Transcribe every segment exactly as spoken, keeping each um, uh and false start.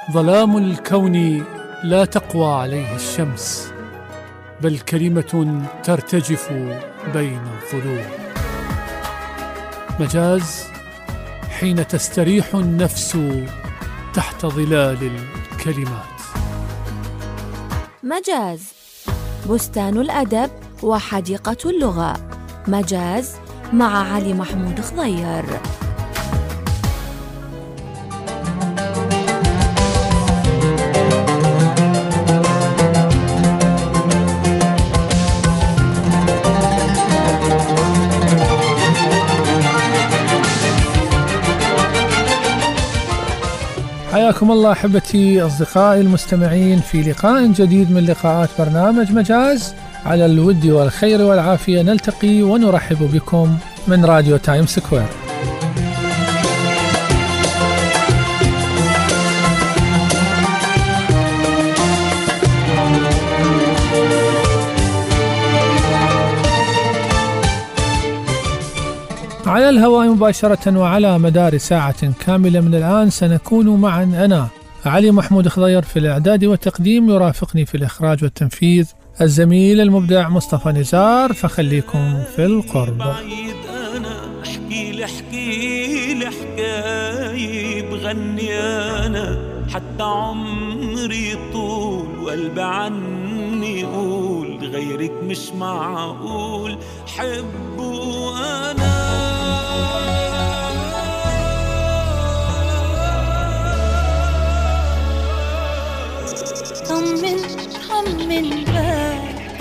ظلام الكون لا تقوى عليه الشمس، بل كلمة ترتجف بين الظلوم. مجاز حين تستريح النفس تحت ظلال الكلمات. مجاز بستان الأدب وحديقة اللغة. مجاز مع علي محمود خضير. حياكم الله أحبتي أصدقائي المستمعين في لقاء جديد من لقاءات برنامج مجاز. على الود والخير والعافية نلتقي ونرحب بكم من راديو تايم سكوير. على الهواء مباشرة وعلى مدار ساعة كاملة من الآن سنكون معا أنا علي محمود خضير في الإعداد والتقديم، يرافقني في الإخراج والتنفيذ الزميل المبدع مصطفى نزار، فخليكم في القرب. أنا احكي لي احكي لي حكاية بغني أنا حتى عمري طول وقلبي عني يقول غيرك مش معقول حبه أنا. طمن طمن بالك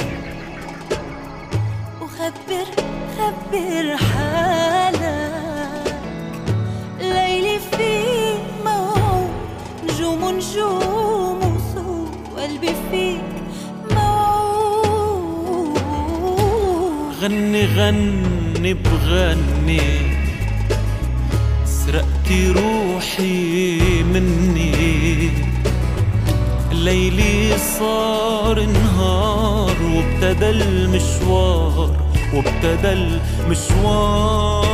وخبر خبر حالك، ليلي فيك موعود نجوم نجوم وصوت قلبي فيك موعود. غني غني بغني سرقتي روحي مني، ليلي صار نهار وابتدى المشوار وابتدى المشوار.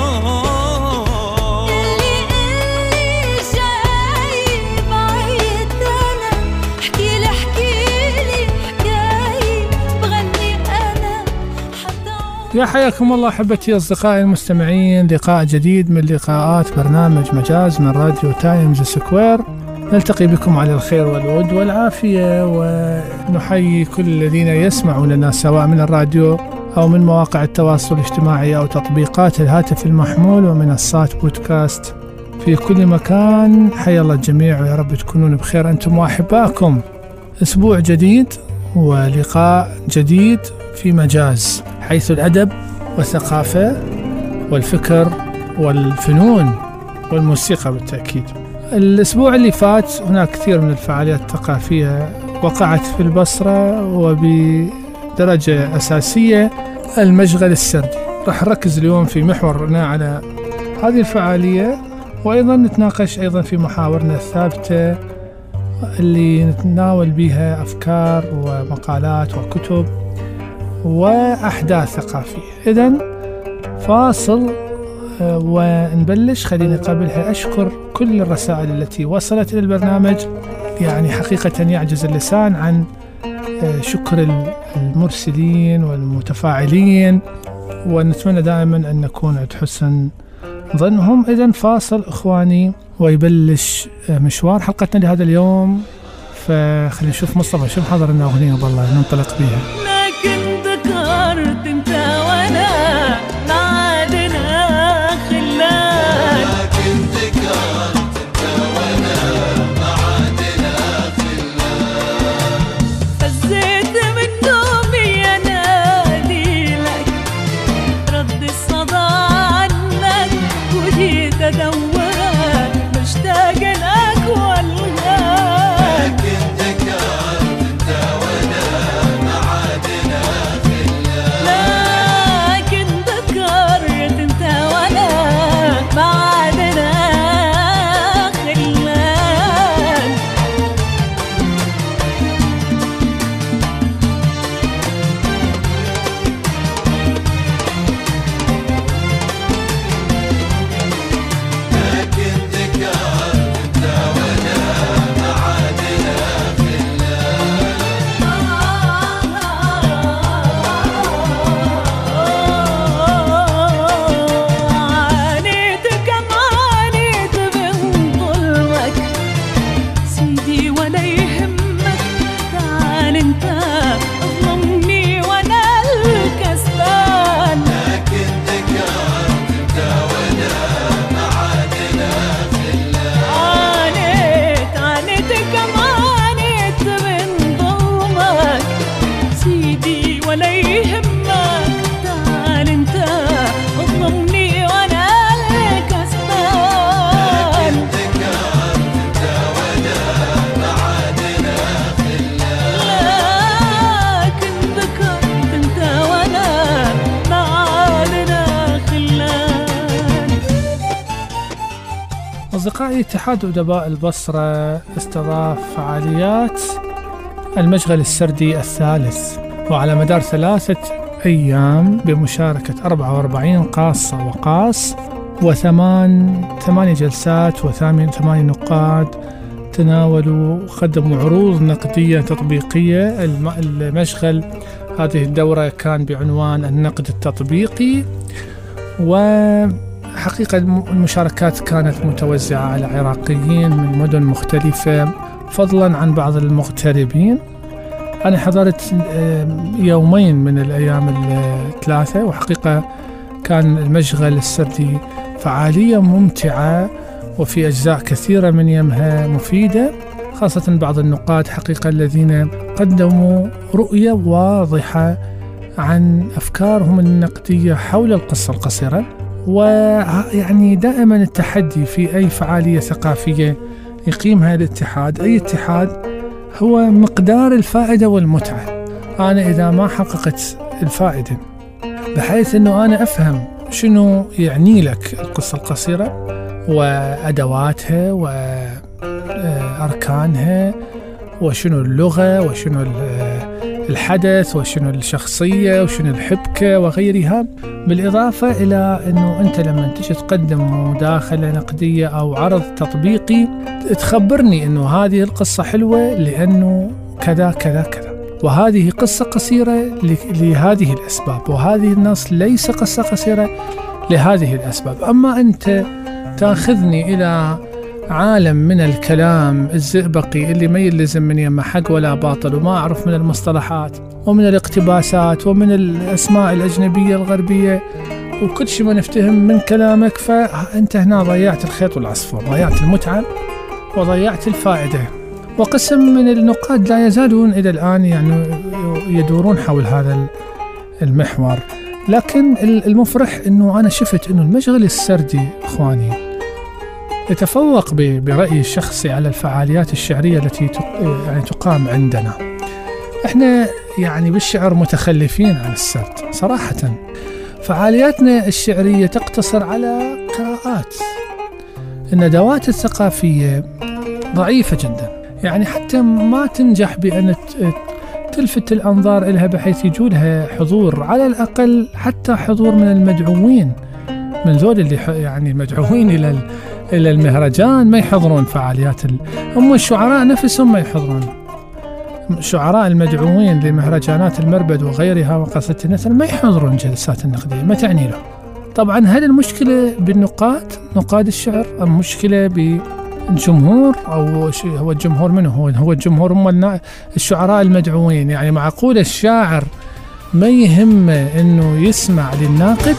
اللي اللي جاي بعيد أنا احكي لي احكي لي حكاية بغني أنا حتى. يا حياكم الله أحبتي أصدقائي المستمعين، لقاء جديد من لقاءات برنامج مجاز من راديو تايمز سكوير. نلتقي بكم على الخير والود والعافية، ونحيي كل الذين يسمعوننا سواء من الراديو أو من مواقع التواصل الاجتماعي أو تطبيقات الهاتف المحمول ومنصات بودكاست في كل مكان. حيا الله الجميع ويا رب تكونون بخير أنتم وأحبائكم. أسبوع جديد ولقاء جديد في مجاز، حيث الأدب والثقافة والفكر والفنون والموسيقى بالتأكيد. الأسبوع اللي فات هناك كثير من الفعاليات الثقافية وقعت في البصرة وبدرجة أساسية المشغل السردي. راح نركز اليوم في محورنا على هذه الفعالية، وأيضا نتناقش أيضا في محاورنا الثابتة اللي نتناول بها أفكار ومقالات وكتب وأحداث ثقافية. إذن فاصل ونبلش. خليني قبلها أشكر كل الرسائل التي وصلت إلى البرنامج، يعني حقيقة يعجز اللسان عن شكر المرسلين والمتفاعلين، ونتمنى دائما أن نكون عند حسن ظنهم. إذن فاصل إخواني ويبلش مشوار حلقتنا لهذا اليوم. فخلينا نشوف مصطفى شو محضر لنا أغنية والله ننطلق بها. لكن ذكرت انت وانا معادنا خلال، لكن ذكرت انت وانا معادنا خلال، فزيت من نومي انادي لك رد الصدى عنك وجيت ادورك مشتاق لك والغاك، لكن ذكرت انت وانا معادنا خلال، لكن ذكرت انت وانا معادنا خلال. أصدقائي، اتحاد أدباء البصرة استضاف فعاليات المشغل السردي الثالث، وعلى مدار ثلاثة أيام بمشاركة أربعة وأربعين قاصة وقاص وثمان ثمانية جلسات وثمان ثمانية نقاد تناولوا وقدموا عروض نقدية تطبيقية. المشغل هذه الدورة كان بعنوان النقد التطبيقي، وحقيقة المشاركات كانت متوزعة على عراقيين من مدن مختلفة فضلا عن بعض المغتربين. أنا حضرت يومين من الأيام الثلاثة، وحقيقة كان المشغل السردي فعالية ممتعة وفي أجزاء كثيرة من يمها مفيدة، خاصة بعض النقاد حقيقة الذين قدموا رؤية واضحة عن أفكارهم النقدية حول القصة القصيرة. ويعني دائما التحدي في أي فعالية ثقافية يقيمها الاتحاد، أي اتحاد، هو مقدار الفائدة والمتعة. أنا إذا ما حققت الفائدة بحيث أنه أنا أفهم شنو يعني لك القصة القصيرة وأدواتها وأركانها وشنو اللغة وشنو الحدث وشنو الشخصية وشنو الحبكة وغيرها، بالإضافة إلى أنه أنت لما تجي تقدم مداخلة نقدية أو عرض تطبيقي تخبرني أنه هذه القصة حلوة لأنه كذا كذا كذا، وهذه قصة قصيرة لهذه الأسباب، وهذه النص ليس قصة قصيرة لهذه الأسباب. أما أنت تأخذني إلى عالم من الكلام الزئبقي اللي ما يلزم من يم حق ولا باطل، وما أعرف من المصطلحات ومن الاقتباسات ومن الأسماء الأجنبية الغربية وكل شيء ما نفتهم من كلامك، فأنت هنا ضيعت الخيط والعصفور، ضيعت المتعة وضيعت الفائدة. وقسم من النقاد لا يزالون إلى الآن يعني يدورون حول هذا المحور. لكن المفرح أنه أنا شفت أنه المشغل السردي إخواني يتفوق برأيي الشخصي على الفعاليات الشعرية التي يعني تقام عندنا. إحنا يعني بالشعر متخلفين عن السرد صراحة. فعالياتنا الشعرية تقتصر على قراءات. الندوات الثقافية ضعيفة جدا، يعني حتى ما تنجح بأن تلفت الأنظار إلها بحيث يجولها حضور، على الأقل حتى حضور من المدعوين، من ذول اللي يعني المدعوين إلى إلى المهرجان ما يحضرون فعاليات. هم الشعراء نفسهم ما يحضرون، الشعراء المدعوين لمهرجانات المربد وغيرها وقصة النثر ما يحضرون جلسات النقدية، ما تعني له. طبعا هل المشكلة بالنقاد نقاد الشعر أم مشكلة بالجمهور؟ أو هو الجمهور منه؟ هو هو الجمهور هم الشعراء المدعوين. يعني معقول الشاعر ما يهمه إنه يسمع للناقد؟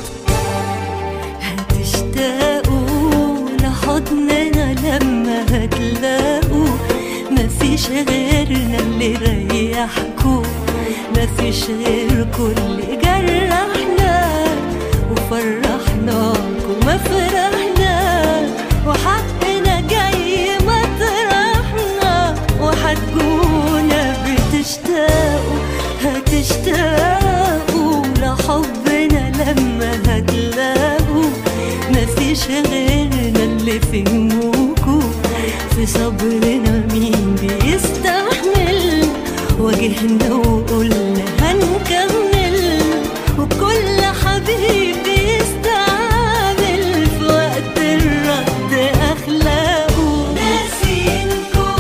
لما هتلاقوا مفيش غيرنا اللي ريحكوا، مفيش غيركوا اللي جرحنا وفرحناكوا ما فرحنا، وحقنا جاي مطرحنا، وحتجونا بتشتاقوا هتشتاقوا لحبنا لما هتلاقوا مفيش غيرنا اللي فهموكوا، في صبرنا مين بيستحمل، واجهنا وقلنا هنكمل، وكل حبيب بيستعمل في وقت الرد أخلاقه. ناسينكوا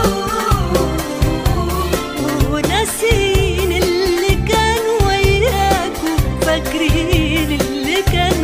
وناسين اللي كان وياكوا، فاكرين اللي كان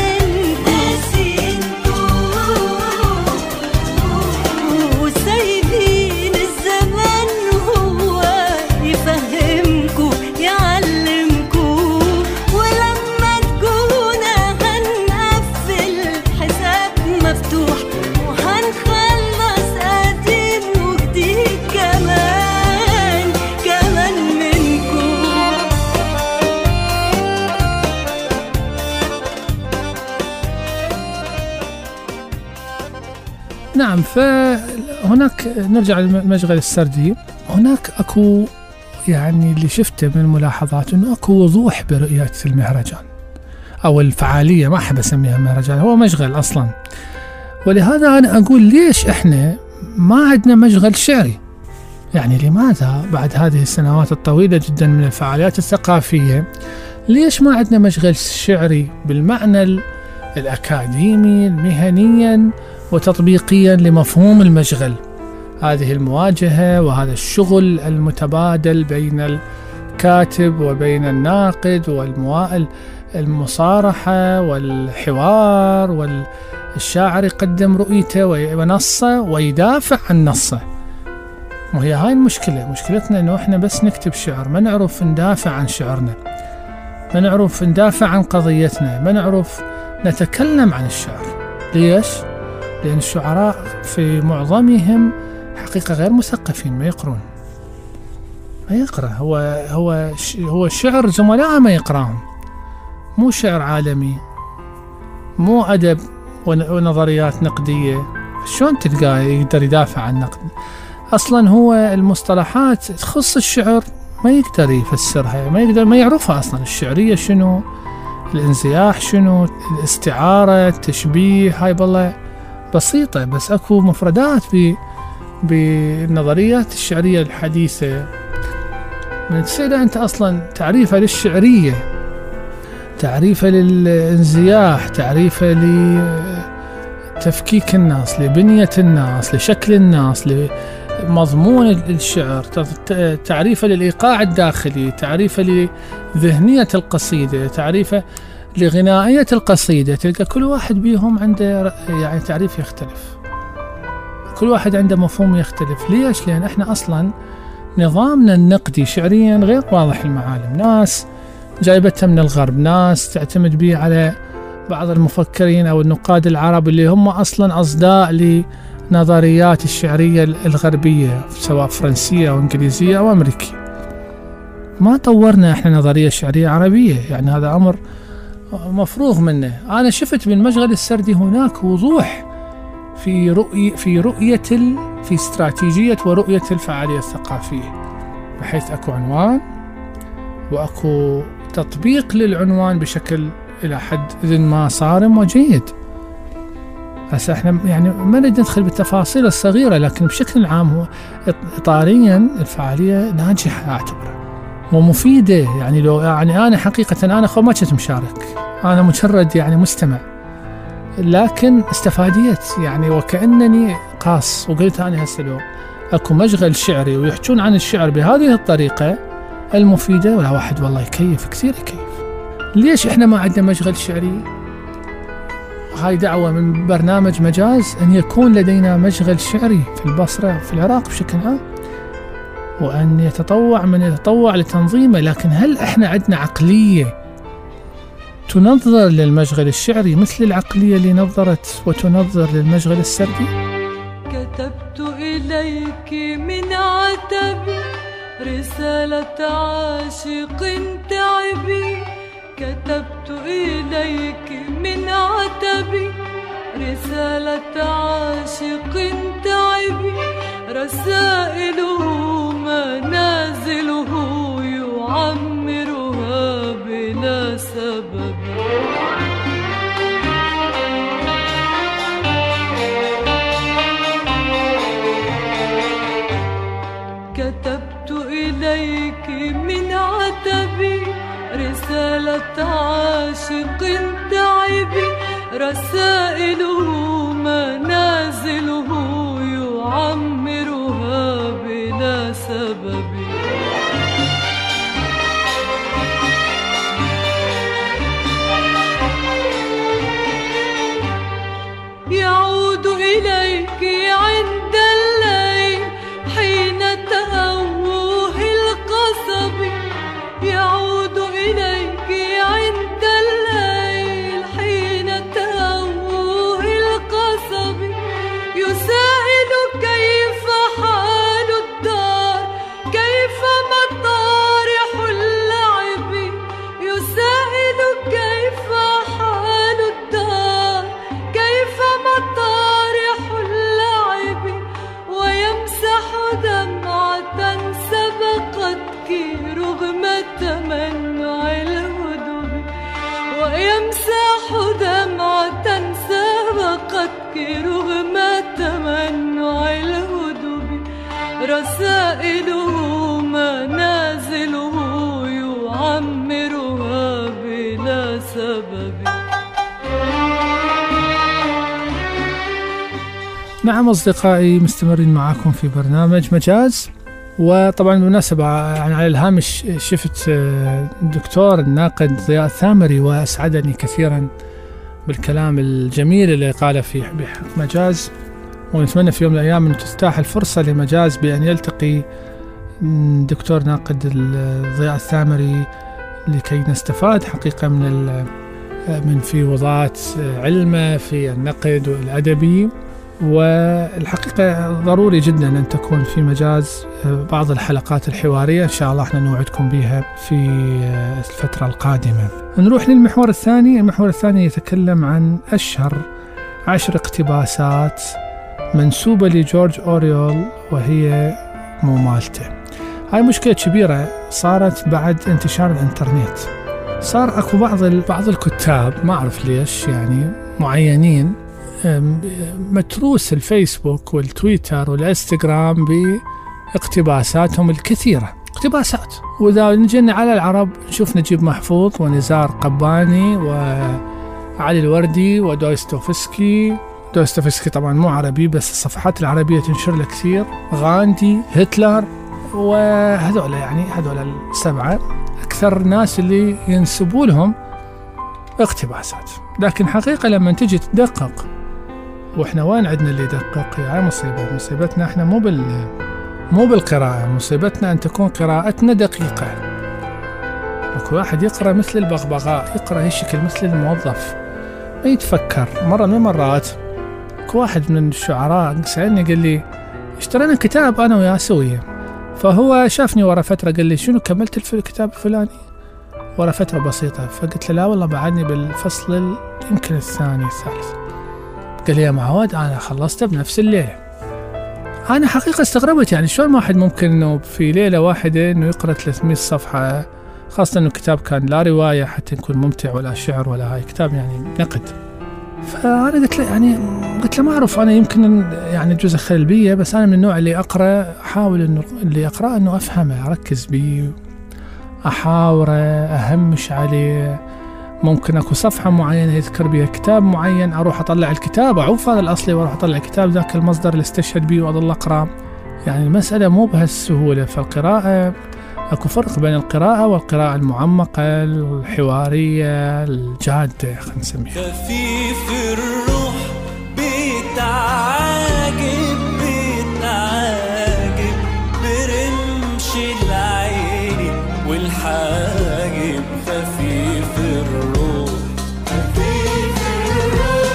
نعم. فهناك نرجع للمشغل السردي، هناك أكو يعني اللي شفته من الملاحظات أنه أكو وضوح برؤية المهرجان أو الفعالية، ما أحب أسميها مهرجان، هو مشغل أصلا. ولهذا أنا أقول ليش إحنا ما عندنا مشغل شعري؟ يعني لماذا بعد هذه السنوات الطويلة جدا من الفعاليات الثقافية ليش ما عندنا مشغل شعري بالمعنى الأكاديمي المهنيا وتطبيقيا لمفهوم المشغل؟ هذه المواجهة وهذا الشغل المتبادل بين الكاتب وبين الناقد والموائل، المصارحة والحوار، والشاعر يقدم رؤيته ونصه ويدافع عن نصه. وهي هاي المشكلة، مشكلتنا انه احنا بس نكتب شعر، ما نعرف ندافع عن شعرنا، ما نعرف ندافع عن قضيتنا، ما نعرف نتكلم عن الشعر. ليش؟ لأن الشعراء في معظمهم حقيقة غير مثقفين، ما يقرون، ما يقرأ، هو هو هو شعر زملاء ما يقراهم، مو شعر عالمي، مو أدب ونظريات نقدية. شلون تلقاه يقدر يدافع عن النقد؟ أصلا هو المصطلحات تخص الشعر ما يقدر يفسرها، ما يقدر ما يعرفها أصلا. الشعرية شنو؟ الانزياح شنو؟ الاستعارة، التشبيه، هاي بالله بسيطة، بس أكو مفردات بالنظريات الشعرية الحديثة من تسأله أنت أصلا تعريفها للشعرية، تعريفها للانزياح، تعريفها لتفكيك النص، لبنية النص، لشكل النص، لمضمون الشعر، تعريفها للإيقاع الداخلي، تعريفها لذهنية القصيدة، تعريفها لغنائية القصيدة. تلقى كل واحد بيهم عنده يعني تعريف يختلف، كل واحد عنده مفهوم يختلف. ليش؟ لأن احنا أصلا نظامنا النقدي شعريا غير واضح المعالم، ناس جايبتها من الغرب، ناس تعتمد به على بعض المفكرين أو النقاد العرب اللي هم أصلا أصداء لنظريات الشعرية الغربية سواء فرنسية أو إنجليزية أو أمريكية. ما طورنا احنا نظرية شعرية عربية، يعني هذا أمر مفروغ منه. أنا شفت بالمشغل السردي هناك وضوح في رؤية في رؤية ال في استراتيجية ورؤية الفعالية الثقافية، بحيث أكو عنوان وأكو تطبيق للعنوان بشكل إلى حد إذن ما صارم وجيد. هسه احنا يعني ما نريد ندخل بالتفاصيل الصغيرة، لكن بشكل عام هو إطاريا الفعالية ناجحة أعتبرها ومفيدة. يعني لو يعني أنا حقيقة أنا خو ما كنت مشارك، أنا مجرد يعني مستمع، لكن استفاديت يعني وكأنني قاص. وقلت أنا هسه لو أكو مشغل شعري ويحجون عن الشعر بهذه الطريقة المفيدة، ولا واحد والله يكيف كثير يكيف. ليش إحنا ما عندنا مشغل شعري؟ هاي دعوة من برنامج مجاز أن يكون لدينا مشغل شعري في البصرة وفي العراق بشكل عام، وأن يتطوع من يتطوع لتنظيمه. لكن هل إحنا عندنا عقلية تنظر للمشغل الشعري مثل العقلية اللي نظرت وتنظر للمشغل السردي؟ كتبت إليك من عتبي رسالة عاشق تعبي، كتبت إليك من عتبي رسالة عاشق تعبي، رسائله منازله يعمرها بلا سبب. كتبت إليك من عتبي رسالة عاشق تعبي، رسائله منازله يعمرها بلا سبب. يعود إليك عند الليل حين تأوه القصب، يعود إليك عند الليل حين تأوه القصب، يسائل كيف حال الدار، كيف مطارح اللعب، يسائل كيف حال الدار، كيف مطارح اللعب. رسائله منازله يعمرها بلا سبب. نعم أصدقائي، مستمرين معكم في برنامج مجاز. وطبعا بالمناسبة يعني على الهامش شفت الدكتور الناقد ضياء الثامري، وأسعدني كثيرا بالكلام الجميل اللي قاله في بحق مجاز، ونتمنى في يوم من الأيام أن تتاح الفرصة لمجاز بأن يلتقي دكتور ناقد ضياء الثامري لكي نستفاد حقيقة من من فيوضات علمه في النقد والأدبي. والحقيقة ضروري جدا أن تكون في مجاز بعض الحلقات الحوارية، إن شاء الله احنا نوعدكم بها في الفترة القادمة. نروح للمحور الثاني. المحور الثاني يتكلم عن أشهر عشر اقتباسات منسوبة لجورج أوريول وهي مو مالته. هاي مشكلة كبيرة صارت بعد انتشار الانترنت. صار اكو بعض بعض الكتاب ما اعرف ليش يعني معينين متروس الفيسبوك والتويتر والانستغرام باقتباساتهم الكثيرة، اقتباسات. وإذا نجينا على العرب نشوف نجيب محفوظ ونزار قباني وعلي الوردي ودوستويفسكي. دوستويفسكي طبعا مو عربي بس الصفحات العربية تنشر له كثير، غاندي، هتلر، وهذول يعني هذول السبعة أكثر ناس اللي ينسبوا لهم اقتباسات. لكن حقيقة لما تجي تدقق، وإحنا وين عندنا اللي يدقق؟ هاي مصيبة. مصيبتنا إحنا مو بال مو بالقراءة، مصيبتنا أن تكون قراءتنا دقيقة. اكو واحد يقرأ مثل البغبغاء، يقرأ هالشكل مثل الموظف، ما يتفكر. مرة من المرات اكو واحد من الشعراء سألني قال لي اشترينا كتاب أنا وياه سوية، فهو شافني ورا فترة قال لي شنو كملت الكتاب الفلاني؟ ورا فترة بسيطة. فقلت له لا والله بعدني بالفصل يمكن الثاني الثالث. قال لي يا معود أنا خلصته بنفس الليلة. أنا حقيقة استغربت، يعني شلون واحد ممكن إنه في ليلة واحدة إنه يقرأ ثلاثمية صفحة، خاصة إنه كتاب كان لا رواية حتى يكون ممتع ولا شعر ولا هاي كتاب يعني نقد. فأنا قلت له يعني قلت له ما أعرف، أنا يمكن يعني جزء خلل بي، بس أنا من النوع اللي أقرأ أحاول إنه اللي أقرأ إنه أفهمه، أركز بيه، أحاوره، أهمش عليه. ممكن أكو صفحة معينة يذكر بها كتاب معين، أروح أطلع الكتاب أعوف هذا الأصلي وأروح أطلع الكتاب ذاك المصدر اللي استشهد به وأظل أقرأ. يعني المسألة مو بهالسهولة. فالقراءة أكو فرق بين القراءة والقراءة المعمقة الحوارية الجادة خلينا نسميها. خفيف الروح بيتعاجب بيتعاجب برمش العين والحاجب. خفيف الروح خفيف الروح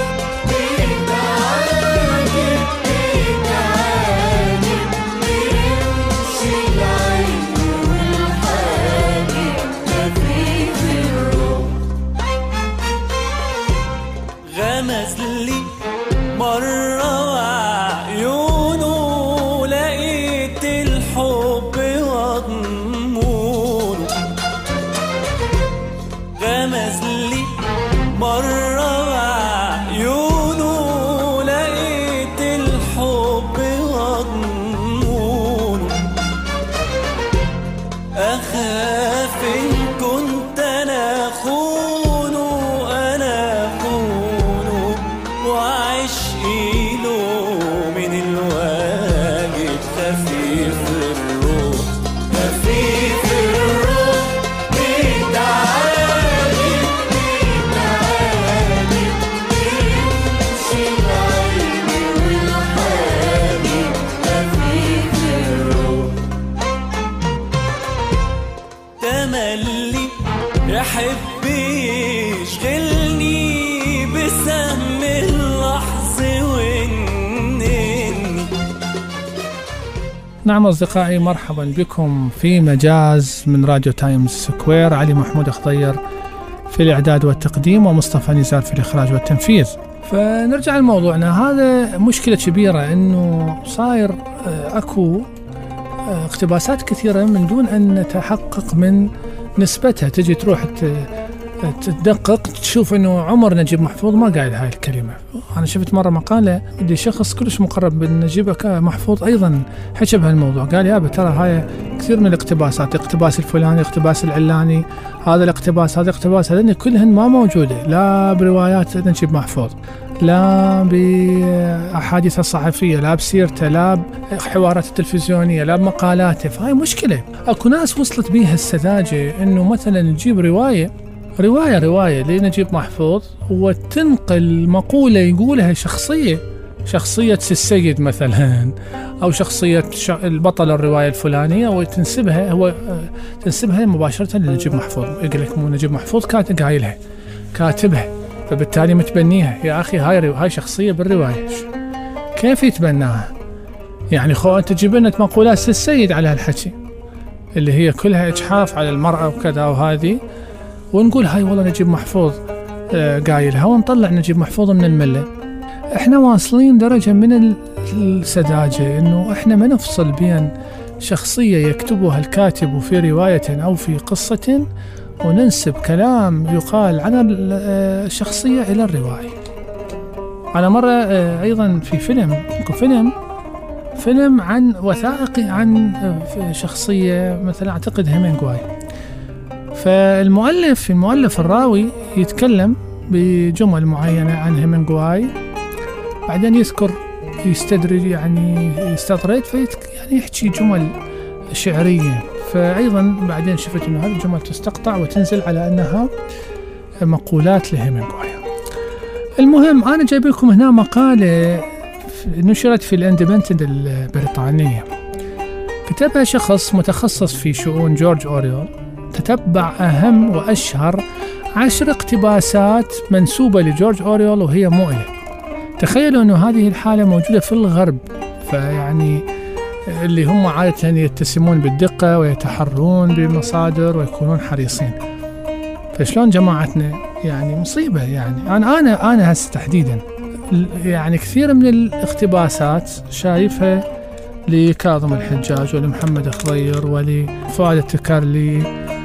بيتعاجب بيتعاجب برمش العين والحاجب. خفيف الروح غمز لي مرة وعيونه لقيت الحب وضمونه. غمز لي مرة وعيونه لقيت الحب وضمونه. أخاف إن كنت أنا خونه أنا خونه وعشقي له من الواجب. خفيف الروح خفيف الروح بيتعاجب بيتعاجب برمش العين والحاجب. خفيف الروح تملي يحب يشغلني بسهم اللحظ والنني. نعم أصدقائي، مرحبا بكم في مجاز من راديو تايمز سكوير. علي محمود خضير في الإعداد والتقديم، ومصطفى نزار في الإخراج والتنفيذ. فنرجع لموضوعنا. هذا مشكلة كبيرة إنه صاير أكو اقتباسات كثيرة من دون أن نتحقق من نسبتها. تجي تروح تدقق تشوف إنه عمر نجيب محفوظ ما قايل هاي الكلمة. أنا شفت مرة مقالة اللي شخص كلش مقرب من نجيب محفوظ أيضا حكى بهالموضوع، قال يا ترى هاي كثير من الاقتباسات، اقتباس الفلاني، اقتباس العلاني، هذا الاقتباس هذا الاقتباس هذين كلهن ما موجودة لا بروايات نجيب محفوظ، لا بأحاديث الصحفية، لا بسيرته، لا بحوارات التلفزيونية، لا بمقالاته. فهاي مشكلة. أكو ناس وصلت بيها السذاجة إنه مثلا نجيب رواية رواية رواية لنجيب محفوظ وتنقل مقولة يقولها شخصية شخصية السيد مثلا، أو شخصية البطل الرواية الفلانية، وتنسبها هو تنسبها مباشرة لنجيب محفوظ. يقول لك مو نجيب محفوظ كاتب قايلها كاتبها، فبالتالي متبنيها. يا أخي هاي هاي شخصية بالرواية، كيف يتبناها؟ يعني خو أنت تجيب لنا مقولات السيد على هالحكي اللي هي كلها إجحاف على المرأة وكذا وهذه، ونقول هاي والله نجيب محفوظ آه قايلها، ونطلع نجيب محفوظ من الملة. احنا واصلين درجة من السذاجة انه احنا ما نفصل بين شخصية يكتبها الكاتب في رواية او في قصة، وننسب كلام يقال عن الشخصية الى الرواية. على مرة آه ايضا في فيلم فيلم فيلم عن وثائقي عن شخصية مثلا اعتقد هيمنغواي، فالمؤلف المؤلف الراوي يتكلم بجمل معينة عن هيمنغواي، بعدين يذكر يستدرج يعني يستطرد في يعني يحكي جمل شعرية، فأيضا بعدين شفت إنه هذه الجمل تستقطع وتنزل على أنها مقولات لهيمنغواي. المهم أنا جايب لكم هنا مقالة نشرت في الاندبندنت البريطانية، كتبها شخص متخصص في شؤون جورج أوريول، تتبع أهم وأشهر عشر اقتباسات منسوبة لجورج أوريول وهي مو إله. تخيلوا أنه هذه الحالة موجودة في الغرب، فيعني اللي هم عادة يتسمون بالدقة ويتحرون بالمصادر ويكونون حريصين، فشلون جماعتنا يعني مصيبة. يعني أنا أنا أنا هسه تحديدا يعني كثير من الاقتباسات شايفها لكاظم الحجاج ولمحمد خضير ولفؤاد التكرلي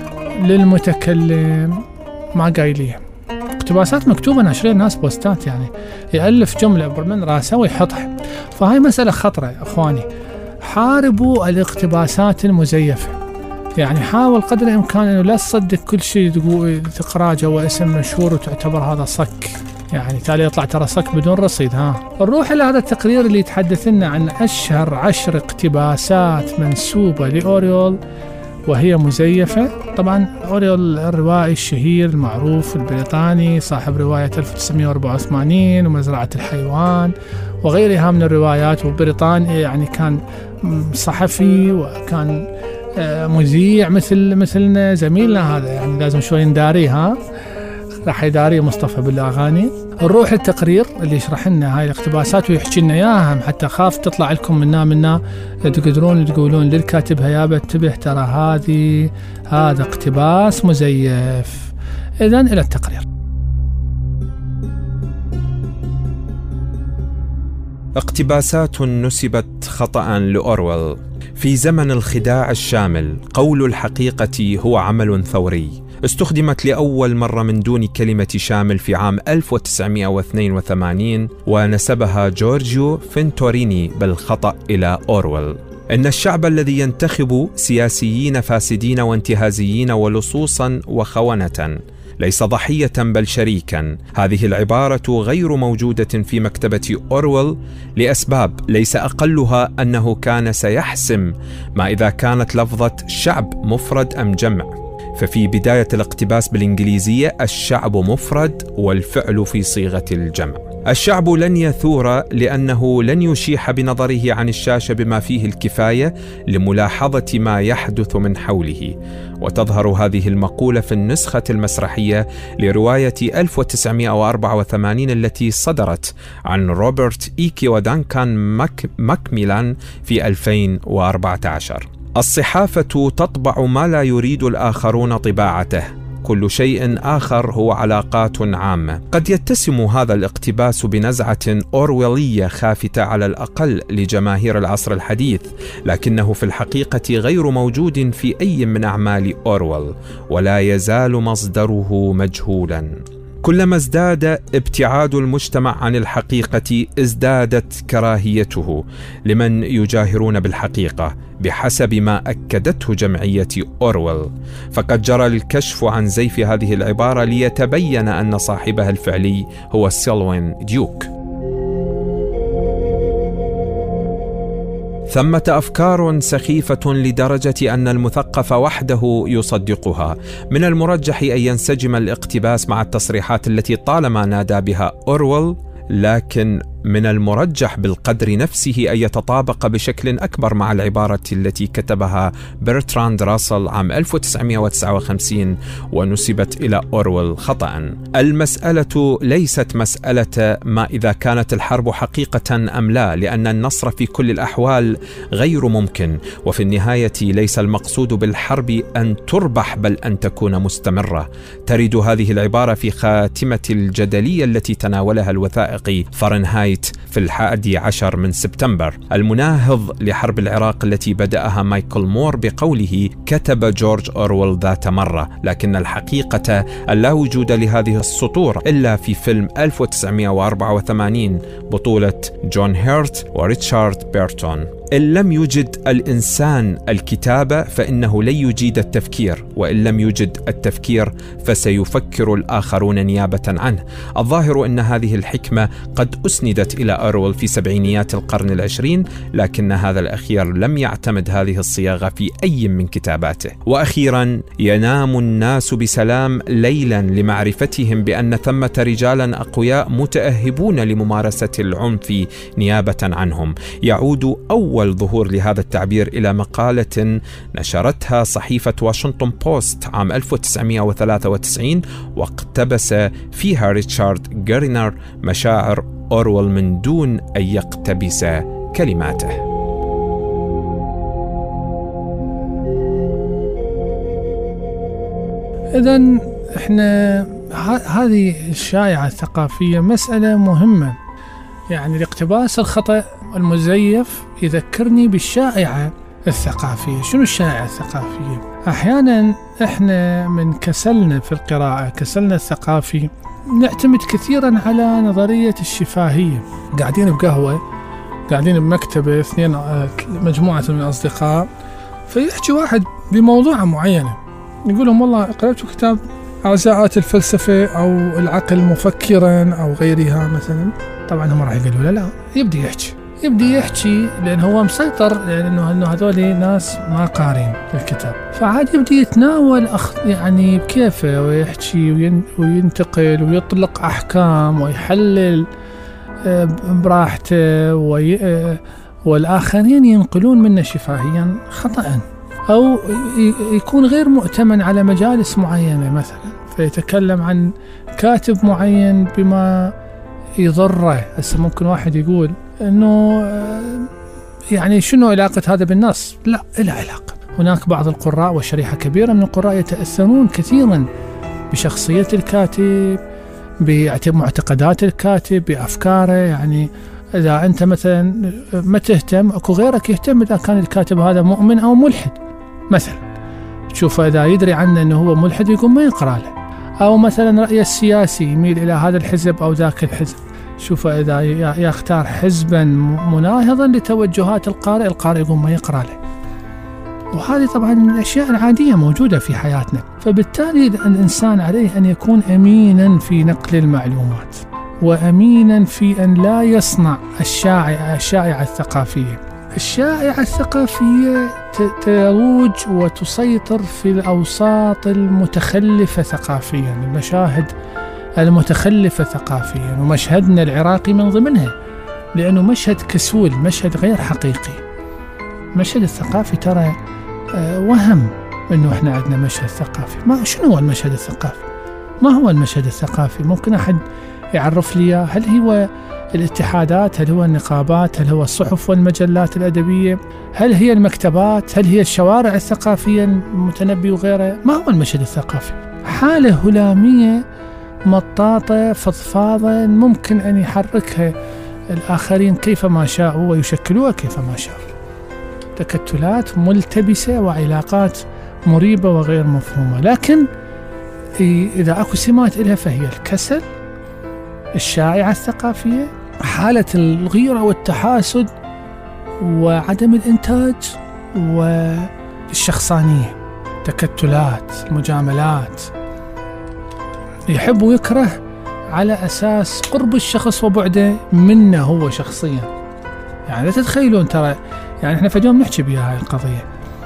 للمتكلم ما قايليها، اقتباسات مكتوبة ناشرين ناس بوستات، يعني يألف جملة من راسه ويحطها. فهاي مسألة خطرة أخواني، حاربوا الاقتباسات المزيفة. يعني حاول قدر الإمكان أنه لا تصدق كل شيء تقرأ جوا اسم مشهور وتعتبر هذا صك، يعني تالي يطلع ترى صك بدون رصيد. ها نروح إلى هذا التقرير اللي يتحدث لنا عن أشهر عشر اقتباسات منسوبة لأوريول وهي مزيفة. طبعا أوريول الروائي الشهير المعروف البريطاني صاحب رواية ألف وتسعمائة وأربعة وثمانين ومزرعة الحيوان وغيرها من الروايات، وبريطاني يعني كان صحفي وكان مذيع مثل مثلنا زميلنا هذا، يعني لازم شوي نداريه. ها راح يداري مصطفى بالأغاني. نروح التقرير اللي يشرح لنا هاي الاقتباسات ويحكي لنا اياها، حتى خاف تطلع لكم منا منا تقدرون تقولون للكاتب هيا انتبه ترى هذه هذا اقتباس مزيف. إذن إلى التقرير. اقتباسات نسبت خطأ لأورويل. في زمن الخداع الشامل قول الحقيقة هو عمل ثوري. استخدمت لأول مرة من دون كلمة شامل في عام ألف وتسعمائة واثنين وثمانين، ونسبها جورجيو فينتوريني بالخطأ إلى أورويل. إن الشعب الذي ينتخب سياسيين فاسدين وانتهازيين ولصوصا وخونة ليس ضحية بل شريكا. هذه العبارة غير موجودة في مكتبة أورويل لأسباب، ليس أقلها أنه كان سيحسم ما إذا كانت لفظة شعب مفرد أم جمع. ففي بداية الاقتباس بالإنجليزية الشعب مفرد والفعل في صيغة الجمع. الشعب لن يثور لأنه لن يشيح بنظره عن الشاشة بما فيه الكفاية لملاحظة ما يحدث من حوله. وتظهر هذه المقولة في النسخة المسرحية لرواية ألف وتسعمائة وأربعة وثمانين التي صدرت عن روبرت إيكي ودانكان ماك ماكميلان في ألفين وأربعة عشر. الصحافة تطبع ما لا يريد الآخرون طباعته، كل شيء آخر هو علاقات عامة. قد يتسم هذا الاقتباس بنزعة أورويلية خافتة على الأقل لجماهير العصر الحديث، لكنه في الحقيقة غير موجود في أي من أعمال أورويل، ولا يزال مصدره مجهولا. كلما ازداد ابتعاد المجتمع عن الحقيقة ازدادت كراهيته لمن يجاهرون بالحقيقة، بحسب ما أكدته جمعية أورويل. فقد جرى الكشف عن زيف هذه العبارة ليتبين أن صاحبها الفعلي هو سيلوين ديوك. ثمة أفكار سخيفة لدرجة أن المثقف وحده يصدقها. من المرجح أن ينسجم الاقتباس مع التصريحات التي طالما نادى بها أورويل، لكن من المرجح بالقدر نفسه أن يتطابق بشكل أكبر مع العبارة التي كتبها برتراند راسل عام ألف وتسعمائة وتسعة وخمسين ونسبت إلى أورويل خطأ. المسألة ليست مسألة ما إذا كانت الحرب حقيقة أم لا، لأن النصر في كل الأحوال غير ممكن، وفي النهاية ليس المقصود بالحرب أن تربح بل أن تكون مستمرة. ترد هذه العبارة في خاتمة الجدلية التي تناولها الوثائقي فارنهايت في الحادي عشر من سبتمبر، المناهض لحرب العراق التي بدأها مايكل مور بقوله: كتب جورج أورويل ذات مرة، لكن الحقيقة أن لا وجود لهذه السطور إلا في فيلم ألف وتسعمائة وأربعة وثمانين بطولة جون هيرت وريتشارد بيرتون. إن لم يجد الإنسان الكتابة فإنه لن يجيد التفكير، وإن لم يجد التفكير فسيفكر الآخرون نيابة عنه. الظاهر أن هذه الحكمة قد أسندت إلى أورويل في سبعينيات القرن العشرين، لكن هذا الأخير لم يعتمد هذه الصياغة في أي من كتاباته. وأخيرا، ينام الناس بسلام ليلا لمعرفتهم بأن ثمة رجالا أقوياء متأهبون لممارسة العنف نيابة عنهم. يعود أول ظهور لهذا التعبير إلى مقالة نشرتها صحيفة واشنطن بوست عام ألف وتسعمائة وثلاثة وتسعين، واقتبس فيها ريتشارد غيرنر مشاعر أورويل من دون أن يقتبس كلماته. إذن إحنا هذه الشائعة الثقافية مسألة مهمة. يعني الاقتباس الخطأ المزيف يذكرني بالشائعة الثقافية. شنو الشائعة الثقافية؟ أحيانا إحنا من كسلنا في القراءة، كسلنا الثقافي، نعتمد كثيرا على نظرية الشفاهية. قاعدين بقهوة، قاعدين بمكتبة، اثنين مجموعة من الأصدقاء، فيحكي واحد بموضوع معينة، يقول لهم والله قرأت كتاب عزاءات الفلسفة أو العقل مفكرا أو غيرها مثلا. طبعا هم راح يقولوا لا لا يبدي يحكي يبدي يحكي لأن هو مسيطر، لأنه إنه هذول ناس ما قارين الكتاب، فعاد يبدي يتناول أخ يعني بكيفه ويحكي وينتقل ويطلق أحكام ويحلل براحته، والآخرين ينقلون منه شفاهيا خطأ، أو يكون غير مؤتمن على مجالس معينة مثلا، فيتكلم عن كاتب معين بما يضره. هسه ممكن واحد يقول إنه يعني شنو علاقة هذا بالنص؟ لا، إلا علاقة. هناك بعض القراء وشريحة كبيرة من القراء يتأثرون كثيرا بشخصية الكاتب، بمعتقدات الكاتب، بأفكاره. يعني إذا أنت مثلا ما تهتم، أكو غيرك يهتم إذا كان الكاتب هذا مؤمن أو ملحد مثلا، تشوفه إذا يدري عنه أنه هو ملحد يقول ما يقرأ له. أو مثلا رأيه السياسي يميل إلى هذا الحزب أو ذاك الحزب، شوفه إذا يختار حزبا مناهضا لتوجهات القارئ، القارئ يقول ما يقرأ له. وهذه طبعا من الأشياء العادية موجودة في حياتنا. فبالتالي الإنسان عليه أن يكون أمينا في نقل المعلومات، وأمينا في أن لا يصنع الشائعة الشائعة الثقافية. الشائعة الثقافية تروج وتسيطر في الأوساط المتخلفة ثقافيا، المشاهد المتخلفة ثقافيا، ومشهدنا العراقي من ضمنها، لأنه مشهد كسول، مشهد غير حقيقي. المشهد الثقافي ترى وهم أنه إحنا عندنا مشهد ثقافي. ما شنو هو المشهد الثقافي؟ ما هو المشهد الثقافي؟ ممكن أحد يعرف لي؟ هل هو الاتحادات؟ هل هو النقابات؟ هل هو الصحف والمجلات الأدبية؟ هل هي المكتبات؟ هل هي الشوارع الثقافية المتنبي وغيرها؟ ما هو المشهد الثقافي؟ حالة هلامية مطاطة فضفاضة ممكن أن يحركها الآخرين كيفما شاءوا ويشكلوها كيفما شاءوا. تكتلات ملتبسة وعلاقات مريبة وغير مفهومة، لكن إذا أكو سمات إلها فهي الكسل، الشائعة الثقافية، حالة الغيرة والتحاسد، وعدم الإنتاج، والشخصانية، تكتلات، مجاملات، يحب ويكره على أساس قرب الشخص وبعده منه هو شخصيا. يعني لا تتخيلون ترى، يعني احنا في اليوم نحكي بها هاي القضية،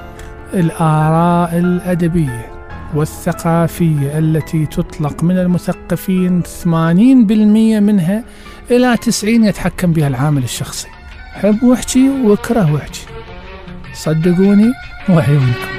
الآراء الأدبية والثقافية التي تطلق من المثقفين ثمانين بالمئة منها إلى تسعين يتحكم بها العامل الشخصي. حب واحكي وكره واحكي، صدقوني وعيونكم.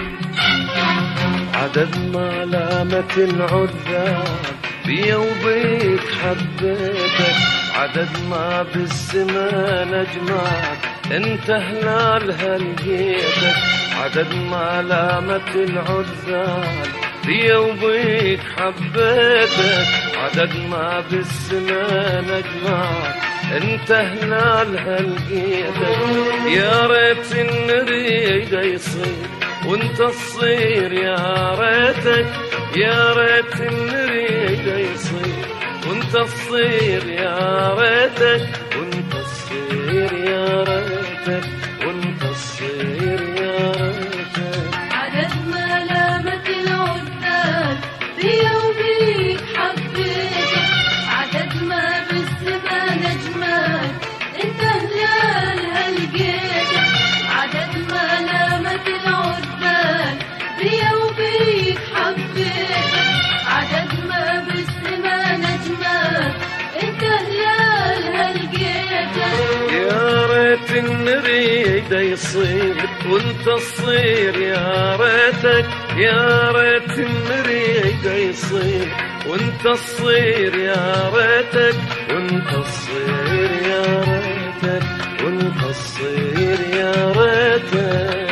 عدد ما لامت العذاب بيا وبيك حبيتك، عدد ما بالزمان أجمعك انت هلالها لقيتك، عدد ما لامت العذاب بيا وبيك حبيتك، عدد ما بالزمان أجمعك انت هلالها لقيتك. يا ريت نريد يصير وانت تصير، يا ريتك يا ريت نريد يصير وانت تصير، يا ريتك وانت تصير، يا ريتك وانت تصير، يا ريتك. عدد ما لامت العذاب بيا وبيك حبيتك، عدد ما بالزمان أجمعك انت هلالها لقيتك، عدد ما لامت العذاب بيا وبيك حبيتك، عدد ما بالزمان أجمعك انت هلالها لقيتك. يا ريت نريد يصير وانت تصير، يا ريتك يا ريت نريد يصير وانت تصير، يا ريتك وانت تصير، يا ريتك وانت تصير، يا ريتك.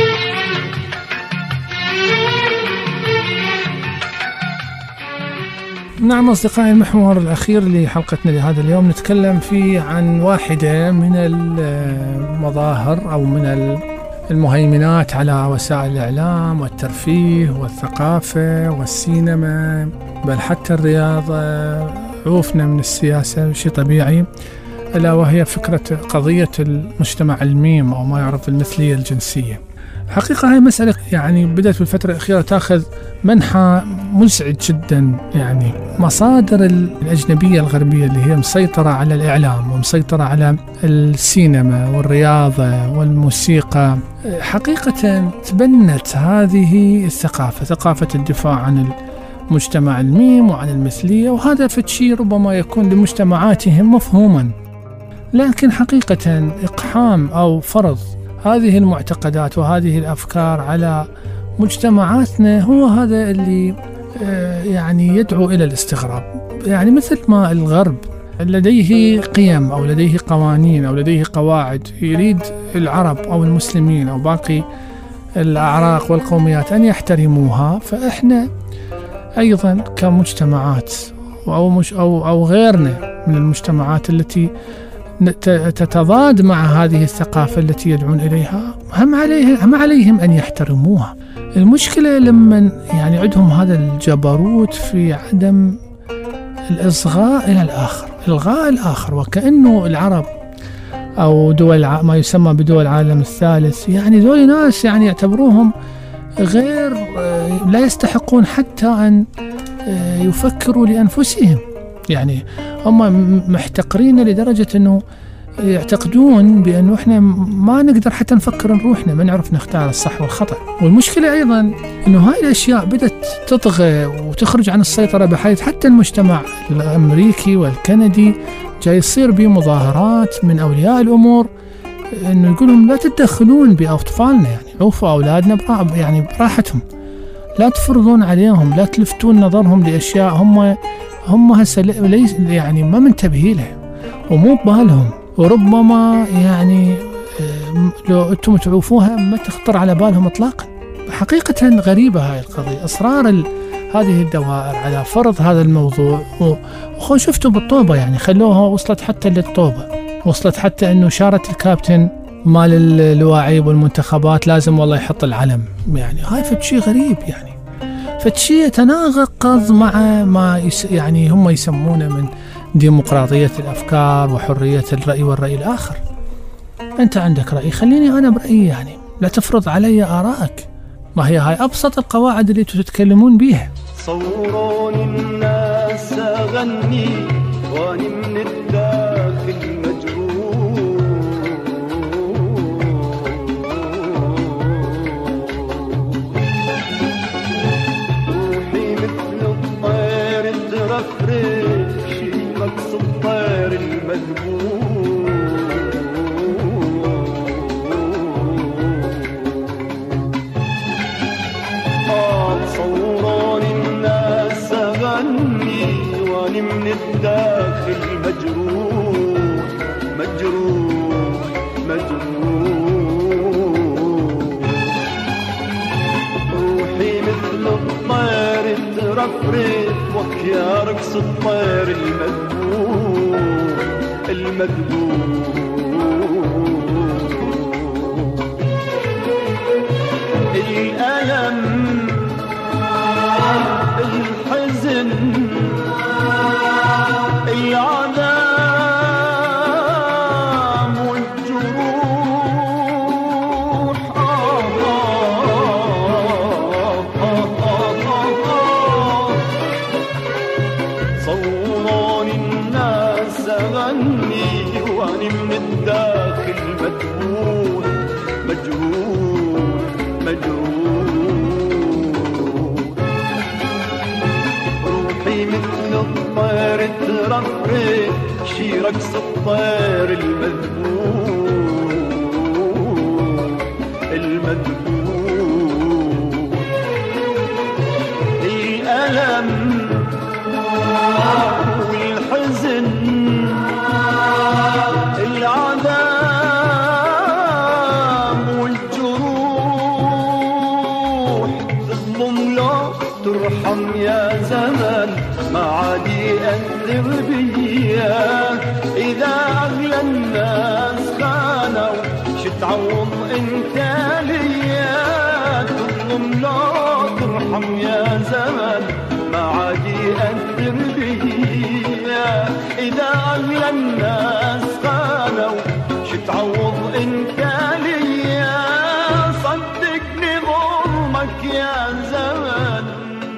نعم أصدقائي، المحور الأخير لحلقتنا لهذا اليوم نتكلم فيه عن واحدة من المظاهر أو من المهيمنات على وسائل الإعلام والترفيه والثقافة والسينما، بل حتى الرياضة. عوفنا من السياسة شيء طبيعي، ألا وهي فكرة قضية المجتمع الميم أو ما يعرف المثلية الجنسية. حقيقة هاي مسألة يعني بدأت بالفترة الأخيرة تأخذ منحى مزعج جدا. يعني مصادر الأجنبية الغربية اللي هي مسيطرة على الإعلام ومسيطرة على السينما والرياضة والموسيقى، حقيقة تبنت هذه الثقافة، ثقافة الدفاع عن المجتمع الميم وعن المثلية، وهذا فتشي ربما يكون لمجتمعاتهم مفهوما، لكن حقيقة إقحام أو فرض هذه المعتقدات وهذه الأفكار على مجتمعاتنا هو هذا اللي يعني يدعو إلى الاستغراب. يعني مثل ما الغرب لديه قيم أو لديه قوانين أو لديه قواعد يريد العرب أو المسلمين أو باقي الأعراق والقوميات أن يحترموها، فإحنا أيضا كمجتمعات أو, مش أو, أو غيرنا من المجتمعات التي تتضاد مع هذه الثقافة التي يدعون إليها هم عليهم, هم عليهم أن يحترموها. المشكلة لما يعني عندهم هذا الجبروت في عدم الإصغاء إلى الآخر، إلغاء الآخر، وكأنه العرب أو دول ما يسمى بدول العالم الثالث يعني ذول ناس يعني يعتبروهم غير لا يستحقون حتى أن يفكروا لأنفسهم. يعني هم محتقرين لدرجة أنه يعتقدون بأنه إحنا ما نقدر حتى نفكر نروحنا، ما نعرف نختار الصح والخطأ. والمشكلة أيضا أنه هاي الأشياء بدأت تطغى وتخرج عن السيطرة، بحيث حتى المجتمع الأمريكي والكندي جاي يصير به مظاهرات من أولياء الأمور أنه يقولون لا تتدخلون بأطفالنا، يعني عوفوا أولادنا يعني براحتهم، لا تفرضون عليهم، لا تلفتون نظرهم لأشياء هم هم هسه ليس يعني ما منتبهين لها ومو ببالهم، وربما يعني لو أنتم تعوفوها ما تخطر على بالهم إطلاقا. حقيقة غريبة هاي القضية، إصرار هذه الدوائر على فرض هذا الموضوع، وخون شفتوا بالطوبة يعني خلوها وصلت حتى للطوبة، وصلت حتى أنه شارة الكابتن مال اللاعب والمنتخبات لازم والله يحط العلم. يعني هاي فتشي غريب، يعني فتشي يتناقض مع ما يس يعني هم يسمونه من ديمقراطية الأفكار وحرية الرأي والرأي الآخر. أنت عندك رأي، خليني أنا برأيي، يعني لا تفرض علي آرائك. ما هي هاي أبسط القواعد اللي تتكلمون بيها. صوروني الناس أغني وأني من الداخل مجروح، روحي مثل الطير ترفرف شي رقص الطير المذبوح. من الداخل مجروح مجروح مجروح، روحي مثل الطير ترفرف وكيا رقص الطير المذبوح المذبوح. الألم الحزن العذاب والجروح، صوروني الناس أغني وأني من الداخل مذبوح مجروح مجروح، روحي مثل الطير ترفرف شي رقص الطير المذبوح المذبوح. الألم والحزن العذاب والجروح، تظلم لو ترحم يا زمن ما عاد يأثر بيا، إذا أغلى الناس خانوا شتعوض انت ليا، تظلم لا ترحم يا زمن ما عاد يأثر بيا، إذا أغلى الناس خانوا شتعوض انت ليا، صدقني ظلمك يا زمن.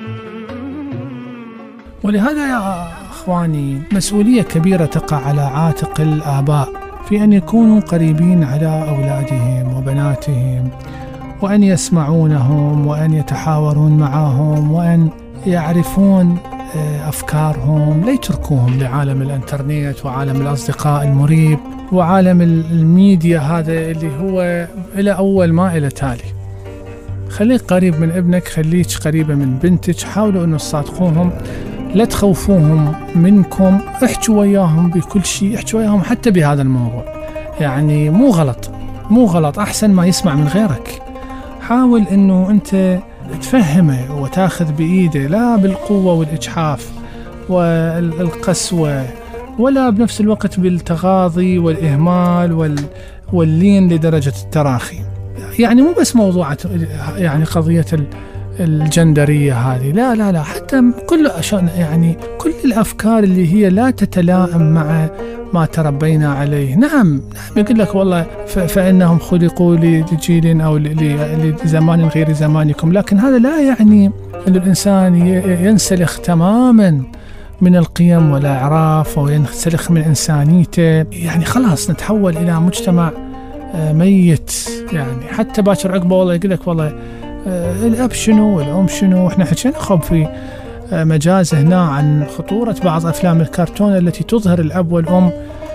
ولهذا يا أخواني مسؤولية كبيرة تقع على عاتق الآباء في أن يكونوا قريبين على أولادهم وبناتهم، وأن يسمعونهم وأن يتحاورون معهم وأن يعرفون أفكارهم، لا يتركوهم لعالم الإنترنت وعالم الأصدقاء المريب وعالم الميديا هذا اللي هو إلى أول ما إلى تالي. خليك قريب من ابنك، خليك قريبة من بنتك، حاولوا أن تصادقوهم، لا تخوفوهم منكم، احكوا وياهم بكل شيء، احكوا وياهم حتى بهذا الموضوع. يعني مو غلط مو غلط أحسن ما يسمع من غيرك. حاول أنه أنت تفهمه وتاخذ بإيده، لا بالقوة والإجحاف والقسوة، ولا بنفس الوقت بالتغاضي والإهمال وال واللين لدرجة التراخي. يعني مو بس موضوع يعني قضية الجندرية هذه، لا لا لا حتى كل يعني كل الأفكار اللي هي لا تتلائم مع ما تربينا عليه. نعم نعم يقول لك والله فإنهم خلقوا لجيل أو لزمان غير زمانكم، لكن هذا لا يعني أن الإنسان ينسلخ تماما من القيم والأعراف وينسلخ من إنسانيته. يعني خلاص نتحول إلى مجتمع ميت. يعني حتى باكر عقبه والله يقول لك والله الأب شنو والأم شنو. احنا حكينا خب في مجاز هنا عن خطورة بعض أفلام الكرتون التي تظهر الأب والأم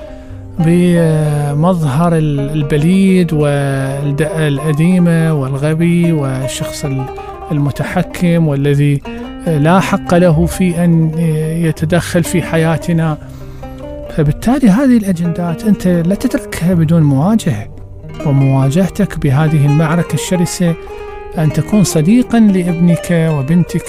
بمظهر البليد والأديمة والغبي والشخص المتحكم والذي لا حق له في أن يتدخل في حياتنا. فبالتالي هذه الأجندات أنت لا تتركها بدون مواجهة، ومواجهتك بهذه المعركة الشرسة أن تكون صديقا لابنك وبنتك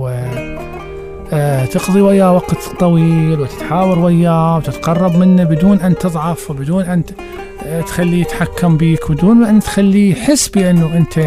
وتقضي وياه وقت طويل وتتحاور وياه وتتقرب منه بدون أن تضعف وبدون أن تخليه يتحكم بيك، بدون أن تخليه يحس بأنه أنت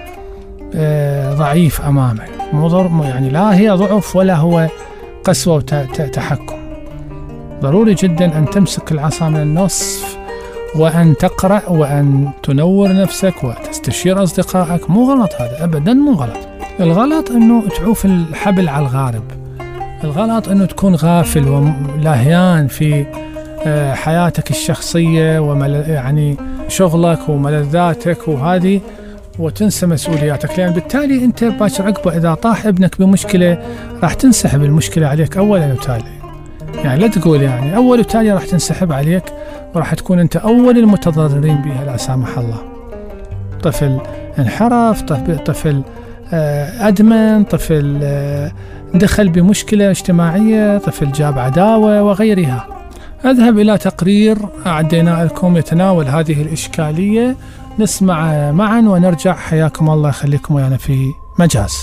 ضعيف أمامه. مو يعني لا هي ضعف ولا هو قسوة وتحكم. ضروري جدا أن تمسك العصا من النصف وأن تقرأ وأن تنور نفسك وتستشير أصدقائك. مو غلط هذا أبدا، مو غلط. الغلط أنه تعوف الحبل على الغارب، الغلط أنه تكون غافل ولاهيان في حياتك الشخصية ومل يعني شغلك وملذاتك وهذه، وتنسى مسؤولياتك، لأن بالتالي أنت باكر عقبه إذا طاح ابنك بمشكلة راح تنسحب المشكلة عليك أولا وتالي. يعني لا تقول يعني أول وتالي راح تنسحب عليك وراح تكون أنت أول المتضررين بها لا سامح الله. طفل انحرف، طفل أدمن، طفل دخل بمشكلة اجتماعية، طفل جاب عداوة وغيرها. أذهب إلى تقرير أعدينا لكم يتناول هذه الإشكالية، نسمع معا ونرجع. حياكم الله، يخليكم ويانا في مجاز.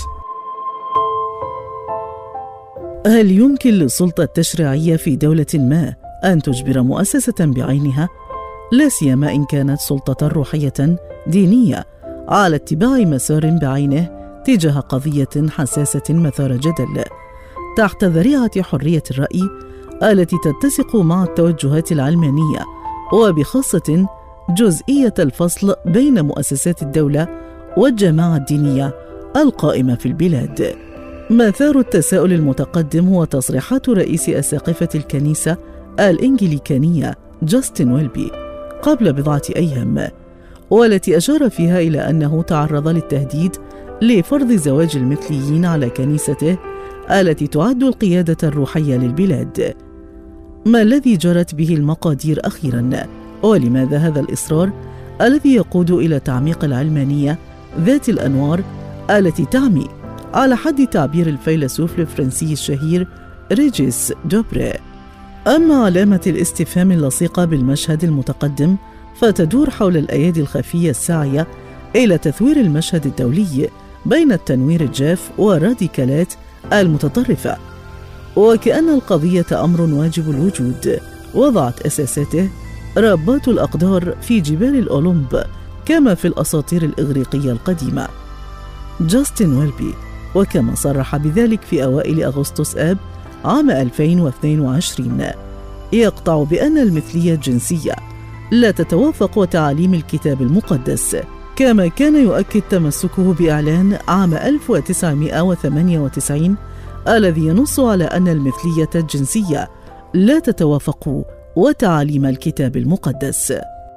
هل يمكن للسلطة التشريعية في دولة ما أن تجبر مؤسسة بعينها، لا سيما إن كانت سلطة روحية دينية، على اتباع مسار بعينه تجاه قضية حساسة مثار جدل تحت ذريعة حرية الرأي التي تتسق مع التوجهات العلمانية، وبخاصة جزئية الفصل بين مؤسسات الدولة والجماعة الدينية القائمة في البلاد؟ مثار التساؤل المتقدم هو تصريحات رئيس أساقفة الكنيسة الإنجليكانية جاستن ويلبي قبل بضعة أيام، والتي أشار فيها إلى أنه تعرض للتهديد لفرض زواج المثليين على كنيسته التي تعد القيادة الروحية للبلاد. ما الذي جرت به المقادير أخيراً؟ ولماذا هذا الإصرار الذي يقود إلى تعميق العلمانية ذات الأنوار التي تعمي، على حد تعبير الفيلسوف الفرنسي الشهير ريجيس دوبري؟ أما علامة الاستفهام اللصيقة بالمشهد المتقدم فتدور حول الأيادي الخفية الساعية إلى تثوير المشهد الدولي بين التنوير الجاف والراديكالات المتطرفة، وكأن القضية أمر واجب الوجود وضعت أساساته ربات الأقدار في جبال الأولمب كما في الأساطير الإغريقية القديمة. جاستن ويلبي، وكما صرح بذلك في أوائل أغسطس آب عام ألفين واثنين وعشرين، يقطع بأن المثلية الجنسية لا تتوافق وتعاليم الكتاب المقدس، كما كان يؤكد تمسكه بإعلان عام ألف وتسعمائة وثمانية وتسعين الذي ينص على أن المثلية الجنسية لا تتوافق وتعاليم الكتاب المقدس.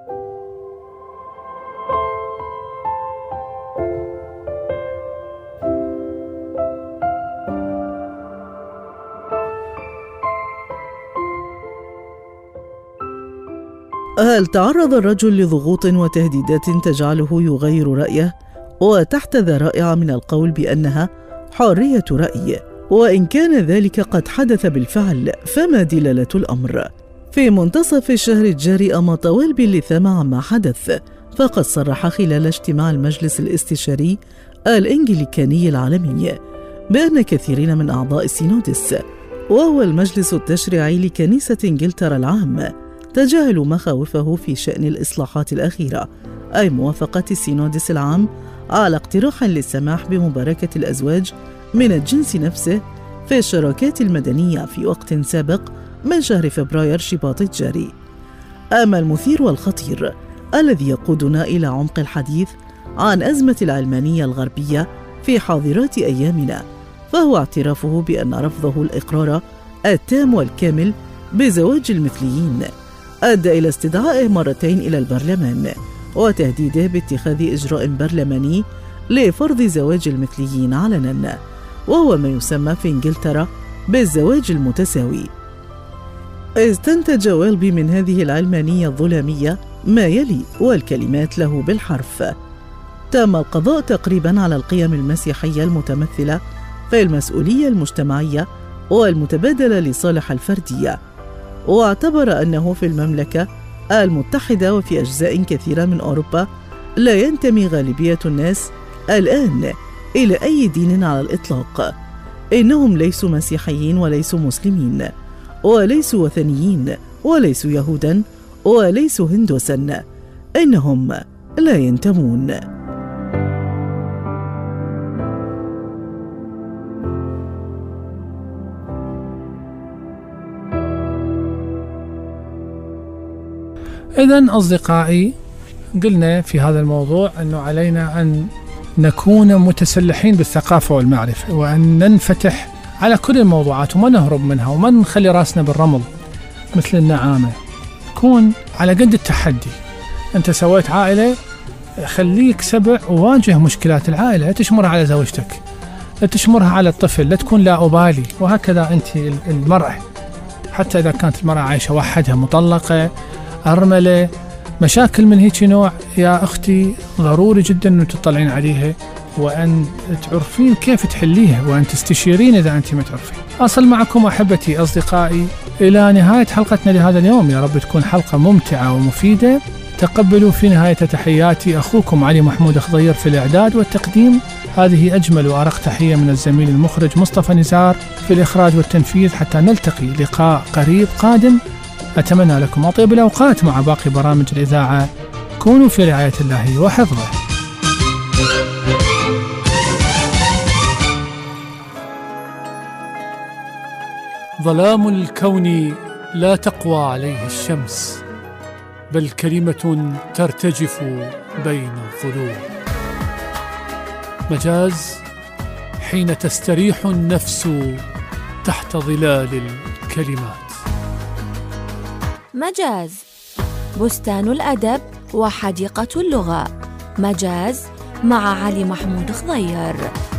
هل تعرض الرجل لضغوط وتهديدات تجعله يغير رأيه وتحت ذرائع من القول بأنها حرية رأي؟ وإن كان ذلك قد حدث بالفعل فما دلالة الأمر؟ في منتصف الشهر الجاري أماط ويلبي اللثام عما حدث، فقد صرح خلال اجتماع المجلس الاستشاري الإنجليكاني العالمي بأن كثيرين من أعضاء السينودس، وهو المجلس التشريعي لكنيسة إنجلترا العام، تجاهلوا مخاوفه في شأن الإصلاحات الأخيرة، أي موافقة السينودس العام على اقتراح للسماح بمباركة الأزواج من الجنس نفسه في الشراكات المدنية في وقت سابق من شهر فبراير شباط الجاري. أما المثير والخطير الذي يقودنا إلى عمق الحديث عن أزمة العلمانية الغربية في حاضرات أيامنا، فهو اعترافه بأن رفضه الإقرار التام والكامل بزواج المثليين أدى إلى استدعائه مرتين إلى البرلمان وتهديده باتخاذ إجراء برلماني لفرض زواج المثليين علناً، وهو ما يسمى في إنجلترا بالزواج المتساوي. استنتج ويلبي من هذه العلمانية الظلامية ما يلي، والكلمات له بالحرف: تم القضاء تقريباً على القيم المسيحية المتمثلة في المسؤولية المجتمعية والمتبادلة لصالح الفردية، واعتبر أنه في المملكة المتحدة وفي أجزاء كثيرة من أوروبا لا ينتمي غالبية الناس الآن إلى أي دين على الإطلاق؟ إنهم ليسوا مسيحيين وليسوا مسلمين وليسوا وثنيين وليسوا يهودا وليسوا هندوسا، إنهم لا ينتمون. إذن أصدقائي، قلنا في هذا الموضوع أنه علينا أن نكون متسلحين بالثقافة والمعرفة، وأن ننفتح على كل الموضوعات وما نهرب منها وما نخلي راسنا بالرمل مثل النعامة. كون على قد التحدي. أنت سويت عائلة، خليك سبع وواجه مشكلات العائلة، لا تشمرها على زوجتك، لا تشمرها على الطفل، لا تكون لا أبالي. وهكذا أنت المرأة، حتى إذا كانت المرأة عايشة وحدها، مطلقة، أرملة، مشاكل من هيك نوع، يا أختي ضروري جدا أن تطلعين عليها وأن تعرفين كيف تحليها، وأن تستشيرين إذا أنت ما تعرفين. أصل معكم أحبتي أصدقائي إلى نهاية حلقتنا لهذا اليوم. يا رب تكون حلقة ممتعة ومفيدة. تقبلوا في نهاية تحياتي أخوكم علي محمود خضير في الإعداد والتقديم. هذه أجمل وأرق تحية من الزميل المخرج مصطفى نزار في الإخراج والتنفيذ. حتى نلتقي لقاء قريب قادم، أتمنى لكم أطيب الأوقات مع باقي برامج الإذاعة. كونوا في رعاية الله وحفظه. ظلام الكون لا تقوى عليه الشمس، بل كلمة ترتجف بين الظلوم. مجاز حين تستريح النفس تحت ظلال الكلمات. مجاز، بستان الأدب وحديقة اللغة. مجاز مع علي محمود خضير.